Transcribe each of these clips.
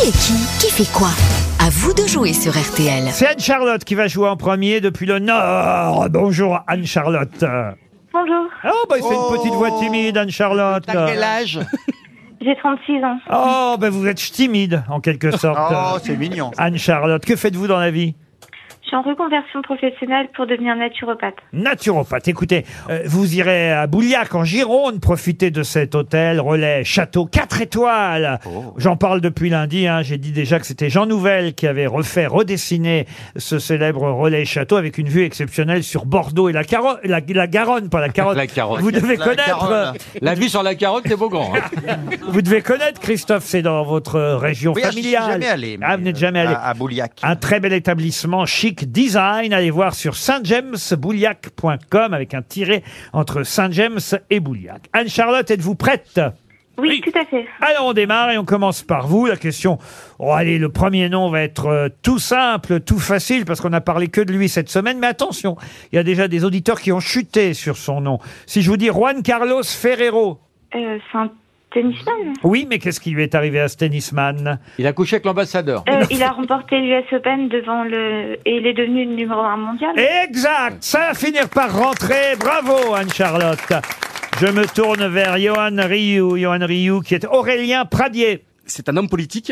Qui est qui fait quoi? À vous de jouer sur RTL. C'est Anne-Charlotte qui va jouer en premier depuis le Nord. Bonjour Anne-Charlotte. Bonjour, Oh, bah, c'est une petite voix timide, Anne-Charlotte. T'as quel âge? j'ai 36 ans. Oh, ben vous êtes timide, en quelque sorte. Oh, c'est mignon. Anne-Charlotte, que faites-vous dans la vie? Je suis en reconversion professionnelle pour devenir naturopathe. Naturopathe. Écoutez, vous irez à Bouliac, en Gironde, profiter de cet hôtel Relais Château 4 étoiles. Oh. J'en parle depuis lundi. J'ai dit déjà que c'était Jean Nouvel qui avait redessiné ce célèbre Relais Château avec une vue exceptionnelle sur Bordeaux et la Garonne, pas la carotte. La carotte. Vous devez La connaître. Garonne. La vue sur la carotte, c'est beau grand. Hein. Vous devez connaître, Christophe. C'est dans votre région Oui, je suis familiale. jamais allé. Ah, vous n'êtes jamais allé. À Bouliac. Un très bel établissement chic design. Allez voir sur saintjamesbouliac.com avec un tiret entre Saint-James et Bouliac. Anne-Charlotte, êtes-vous prête? Oui, tout à fait. Alors on démarre et on commence par vous. La question, allez, le premier nom va être tout simple, tout facile parce qu'on n'a parlé que de lui cette semaine. Mais attention, il y a déjà des auditeurs qui ont chuté sur son nom. Si je vous dis Juan Carlos Ferrero. C'est un tennisman. Oui, mais qu'est-ce qui lui est arrivé à ce tennisman? Il a couché avec l'ambassadeur. Il a remporté l'US Open et il est devenu le numéro 1 mondial. Exact. Ça va finir par rentrer. Bravo Anne-Charlotte. Je me tourne vers Johan Rioux qui est Aurélien Pradier. C'est un homme politique.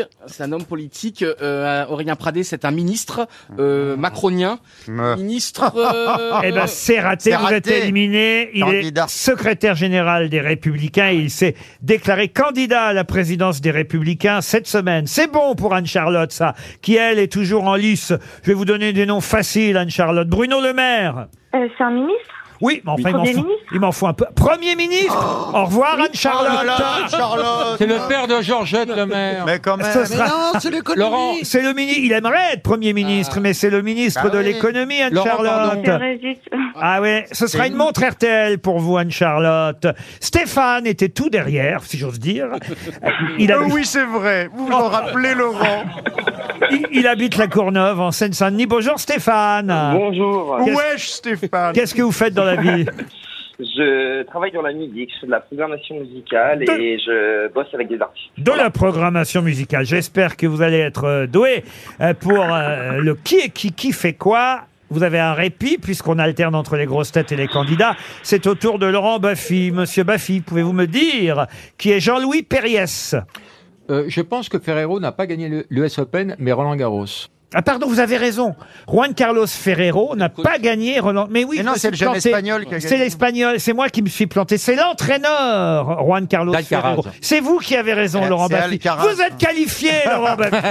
Aurélien Pradé, c'est un ministre macronien. Ministre. Eh ben, c'est raté. C'est Vous êtes raté. éliminé. Il Candidat. est secrétaire général des Républicains et il s'est déclaré candidat à la présidence des Républicains cette semaine. C'est bon pour Anne-Charlotte, ça, qui elle est toujours en lice. Je vais vous donner des noms faciles, Anne-Charlotte. Bruno Le Maire. C'est un ministre. Oui, mais enfin, Premier ministre. il m'en faut un peu. Premier ministre. Au revoir, Anne-Charlotte. Oh là là, Charlotte. C'est le père de Georgette Le Maire. Mais quand même. Ce sera- non, c'est l'économie. Laurent, C'est le ministre. Il aimerait être Premier ministre, mais c'est le ministre Ah de oui. l'économie, Laurent, Anne-Charlotte. C'est vrai, zut. Ah ouais, ce sera une montre RTL pour vous, Anne-Charlotte. Stéphane était tout derrière, si j'ose dire. Il habite, Oui, c'est vrai. Vous vous en rappelez, Laurent. il habite la Courneuve, en Seine-Saint-Denis. Bonjour Stéphane. Bonjour, Wesh, Stéphane. Qu'est-ce que vous faites dans la vie? je travaille dans la musique, je fais de la programmation musicale et je bosse avec des artistes. De la programmation musicale. J'espère que vous allez être doué pour le qui fait quoi. Vous avez un répit puisqu'on alterne entre les grosses têtes et les candidats. C'est au tour de Laurent Baffy. Monsieur Baffy, pouvez-vous me dire qui est Jean-Louis Perriès? je pense que Ferrero n'a pas gagné l'US Open, mais Roland Garros. Ah pardon, vous avez raison. Juan Carlos Ferrero n'a pas gagné Roland. Mais oui, Mais non, je me c'est suis le jeune planté. Espagnol qui a gagné. C'est l'Espagnol, c'est moi qui me suis planté. C'est l'entraîneur, Juan Carlos Alcaraz. Ferrero. C'est vous qui avez raison, C'est Laurent Baffy. Alcaraz. Vous êtes qualifié, Laurent Baffy.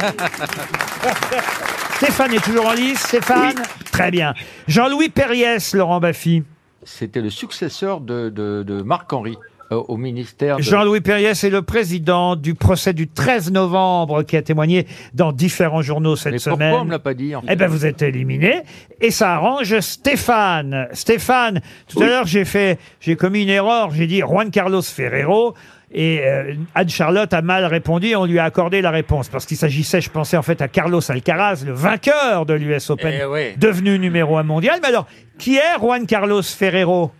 Stéphane est toujours en lice. Stéphane, très bien. Jean-Louis Perriès, Laurent Baffy. C'était le successeur de Marc-Henri au ministère de... Jean-Louis Perriès est le président du procès du 13 novembre qui a témoigné dans différents journaux cette Mais semaine. pourquoi on me l'a pas dit en fait? Eh ben, vous êtes éliminé. Et ça arrange Stéphane. Stéphane, tout à l'heure, j'ai commis une erreur. J'ai dit Juan Carlos Ferrero. Et Anne-Charlotte a mal répondu. On lui a accordé la réponse. Parce qu'il s'agissait, je pensais en fait à Carlos Alcaraz, le vainqueur de l'US Open, Eh ouais. devenu numéro 1 mondial. Mais alors, qui est Juan Carlos Ferrero?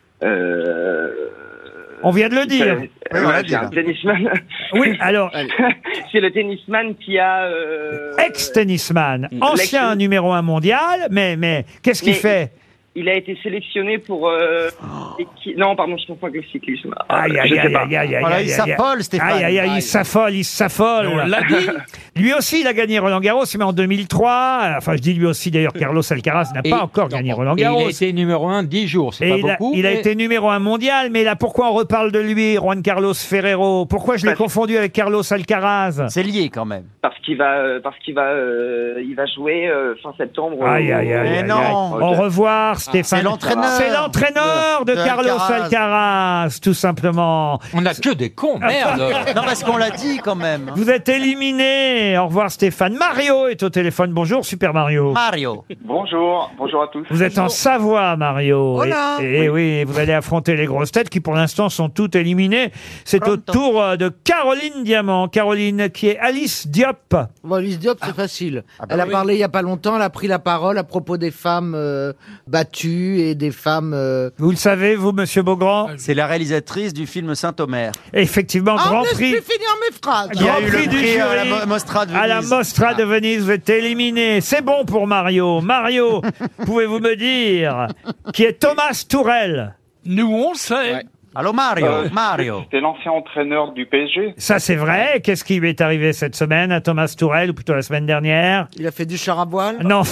On vient de le dire. on l'a c'est dit, un là. tennisman. Oui, alors, C'est le tennisman qui a... ex-tennisman, ancien numéro 1 mondial, mais qu'est-ce qu'il Mais- fait? Il a été sélectionné pour... Non, pardon, je confonds avec le cyclisme. Aïe, aïe, Je sais aïe, pas. aïe, aïe, aïe, Voilà, aïe, il aïe, s'affole, Stéphane. Aïe, aïe, aïe, il s'affole, il s'affole. On l'a dit. Lui aussi, il a gagné Roland Garros, mais en 2003. Enfin, je dis lui aussi, d'ailleurs, Carlos Alcaraz n'a Et- pas encore gagné Roland Et il Garros. a été numéro 1 10 jours, c'est pas Et beaucoup. il a mais- été numéro 1 mondial, mais là, pourquoi on reparle de lui, Juan Carlos Ferrero? Pourquoi je l'ai confondu avec Carlos Alcaraz? C'est lié quand même. Parce qu'il va jouer fin septembre. Aïe, aïe, aïe, Mais aïe, non. aïe. Au revoir, Stéphane. C'est l'entraîneur. C'est l'entraîneur de De Carlos Alcaraz. Alcaraz, tout simplement. On a que des cons, merde. Non, parce qu'on l'a dit quand même. Vous êtes éliminé. Au revoir, Stéphane. Mario est au téléphone. Bonjour, Super Mario. Mario. Bonjour à tous. Vous êtes en Savoie, Mario. Voilà. Et oui, vous allez affronter les grosses têtes qui, pour l'instant, sont toutes éliminées. C'est au tour de Caroline Diamant. Caroline, qui est Alice Diop. Bon, Alice Diop, c'est facile. bah Elle a oui. parlé il y a pas longtemps, elle a pris la parole à propos des femmes battues. battues et des femmes... Vous le savez, vous, Monsieur Beaugrand? C'est la réalisatrice du film Saint-Omer. Effectivement, Grand Prix. Laisse-moi finir mes phrases. Il y a Grand eu Prix le du prix à jury la Mostra de Venise. à la Mostra de Venise, vous êtes éliminé. C'est bon pour Mario. Mario, pouvez-vous me dire qui est Thomas Tourel? Nous, on sait. Ouais. Allô, Mario. C'est l'ancien entraîneur du PSG. Ça, c'est vrai. Qu'est-ce qui lui est arrivé cette semaine à Thomas Tourel, ou plutôt la semaine dernière? Il a fait du char à voile. Non.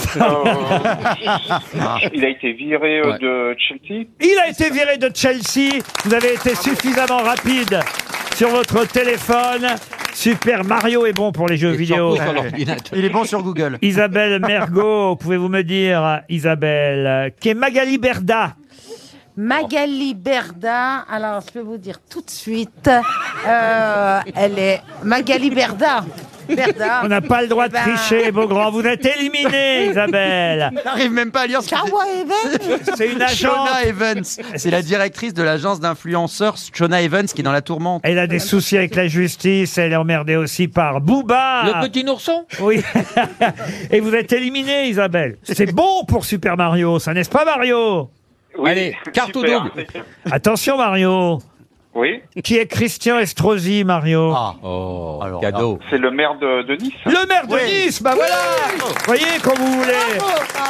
Il a été viré de Chelsea. Il a été viré de Chelsea. Vous avez été suffisamment rapide sur votre téléphone. Super Mario est bon pour les jeux vidéo. Il est bon sur Google. Isabelle Mergot, pouvez-vous me dire, Isabelle, qui est Magali Berda? Magali Berda, alors je peux vous dire tout de suite, elle est Magali Berda. On n'a pas le droit de tricher, Beaugrand. Vous êtes éliminé, Isabelle. J'arrive même pas à lire ce que Kawa Evans. C'est une agente. Shona Evans. C'est la directrice de l'agence d'influenceurs Shona Evans qui est dans la tourmente. Elle a des soucis avec la justice. Elle est emmerdée aussi par Booba. Le petit ourson? Oui. Et vous êtes éliminé, Isabelle. C'est bon pour Super Mario, ça n'est-ce pas, Mario? Oui, Allez, carte au super. double. Attention, Mario. Oui, Qui est Christian Estrosi, Mario? Oh, Alors, cadeau. c'est le maire de Nice. Le maire de Nice, bah voilà. Voyez comme vous voulez.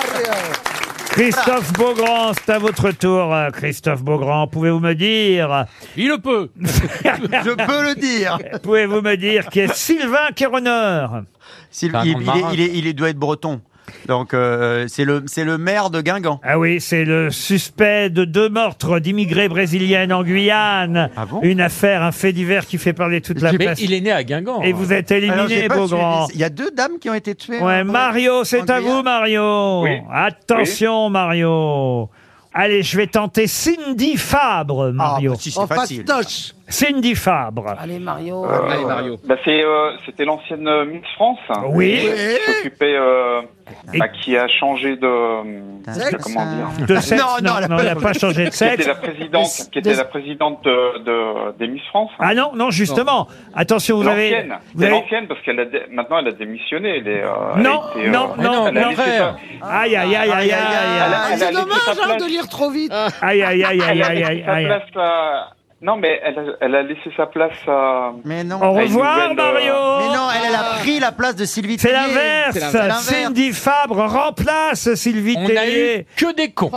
Christophe Beaugrand, c'est à votre tour, Christophe Beaugrand. Pouvez-vous me dire, Il le peut. je peux le dire. pouvez-vous me dire qui est Sylvain Kéronner? Il un grand marin. doit être breton. Donc c'est le maire de Guingamp. Ah oui, c'est le suspect de 2 meurtres d'immigrés brésiliennes en Guyane. Ah bon? Une affaire, un fait divers qui fait parler toute la Mais presse. il est né à Guingamp. Et vous êtes Alors, j'ai éliminé, pas Beaugrand. suivi. Il y a 2 dames qui ont été tuées. Ouais, en- Mario, c'est en à vous, Guyane. Mario. Oui. Attention, Mario. Allez, je vais tenter Cindy Fabre, Ah, Mario. bah, si, c'est En facile. fastoche. Cindy Fabre. Allez Mario. Allez, Mario. C'était l'ancienne Miss France. Oui. Qui s'occupait, qui a changé de, Sexe. comment dire, De sexe, Non, elle a elle n'a pas changé de qui était sexe. la présidente, des Miss France. Ah non, non, justement. Attention, vous avez... L'ancienne, vous c'est avez- l'ancienne parce maintenant elle a démissionné. Non, non, non, elle a non. laissé sa- Aïe, aïe, aïe, aïe, aïe, elle a C'est laissé dommage sa hein, place. de lire trop vite. aïe, aïe, aïe, aïe, Elle a aïe, laissé aïe, sa aïe. place à... Non, mais elle a laissé sa place à... Mais non. Au revoir, nouvelle, Mario. Mais non, elle a pris la place de Sylvie C'est Tellier. l'inverse. C'est l'inverse. Cindy Fabre remplace Sylvie On a Tellier. eu que des cons.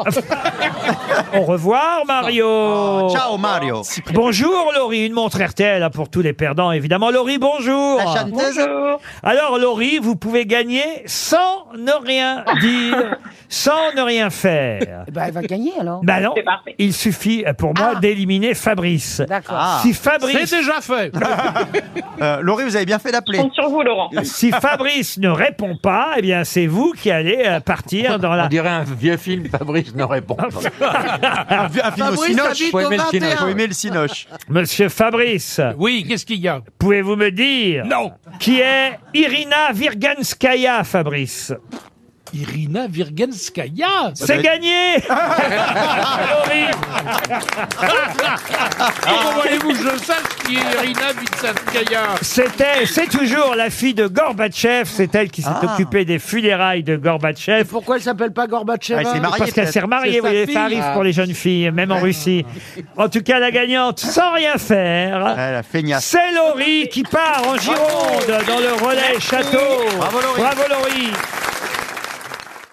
Au revoir, Mario. Oh, ciao Mario. Bonjour, Laurie. Une montre RTL hein, pour tous les perdants, évidemment. Laurie, bonjour. La chanteuse. Alors, Laurie, vous pouvez gagner sans ne rien dire, sans ne rien faire. Eh ben, elle va gagner alors. Bah non, C'est parfait. il suffit pour moi d'éliminer Fabrice. D'accord. Ah. Si C'est Fabrice, déjà fait. Laurie, vous avez bien fait d'appeler. Compte sur vous, Laurent. si Fabrice ne répond pas, eh bien c'est vous qui allez partir dans On la... dirait un vieux film, Fabrice ne répond pas. Un film au Fabrice Cinoche. habite Faut au aimer le cinéma. Faut 21. aimer le Cinoche. Monsieur Fabrice, Oui, qu'est-ce qu'il y a? pouvez-vous me dire Non. qui est Irina Virganskaya, Fabrice? Irina Virganskaya. C'est gagné. Laurie. Comment voulez-vous que je sache qui est Irina Virganskaya? C'est toujours la fille de Gorbatchev, c'est elle qui s'est occupée des funérailles de Gorbatchev. Pourquoi elle s'appelle pas Gorbatchev Ah, elle s'est mariée, Parce qu'elle s'est remariée, C'est vous sa voyez, fille. ça arrive pour les jeunes filles, même en Russie. En tout cas, la gagnante, sans rien faire, La feignasse. c'est Laurie qui part en Gironde dans le relais château. Bravo, Laurie. Bravo Laurie.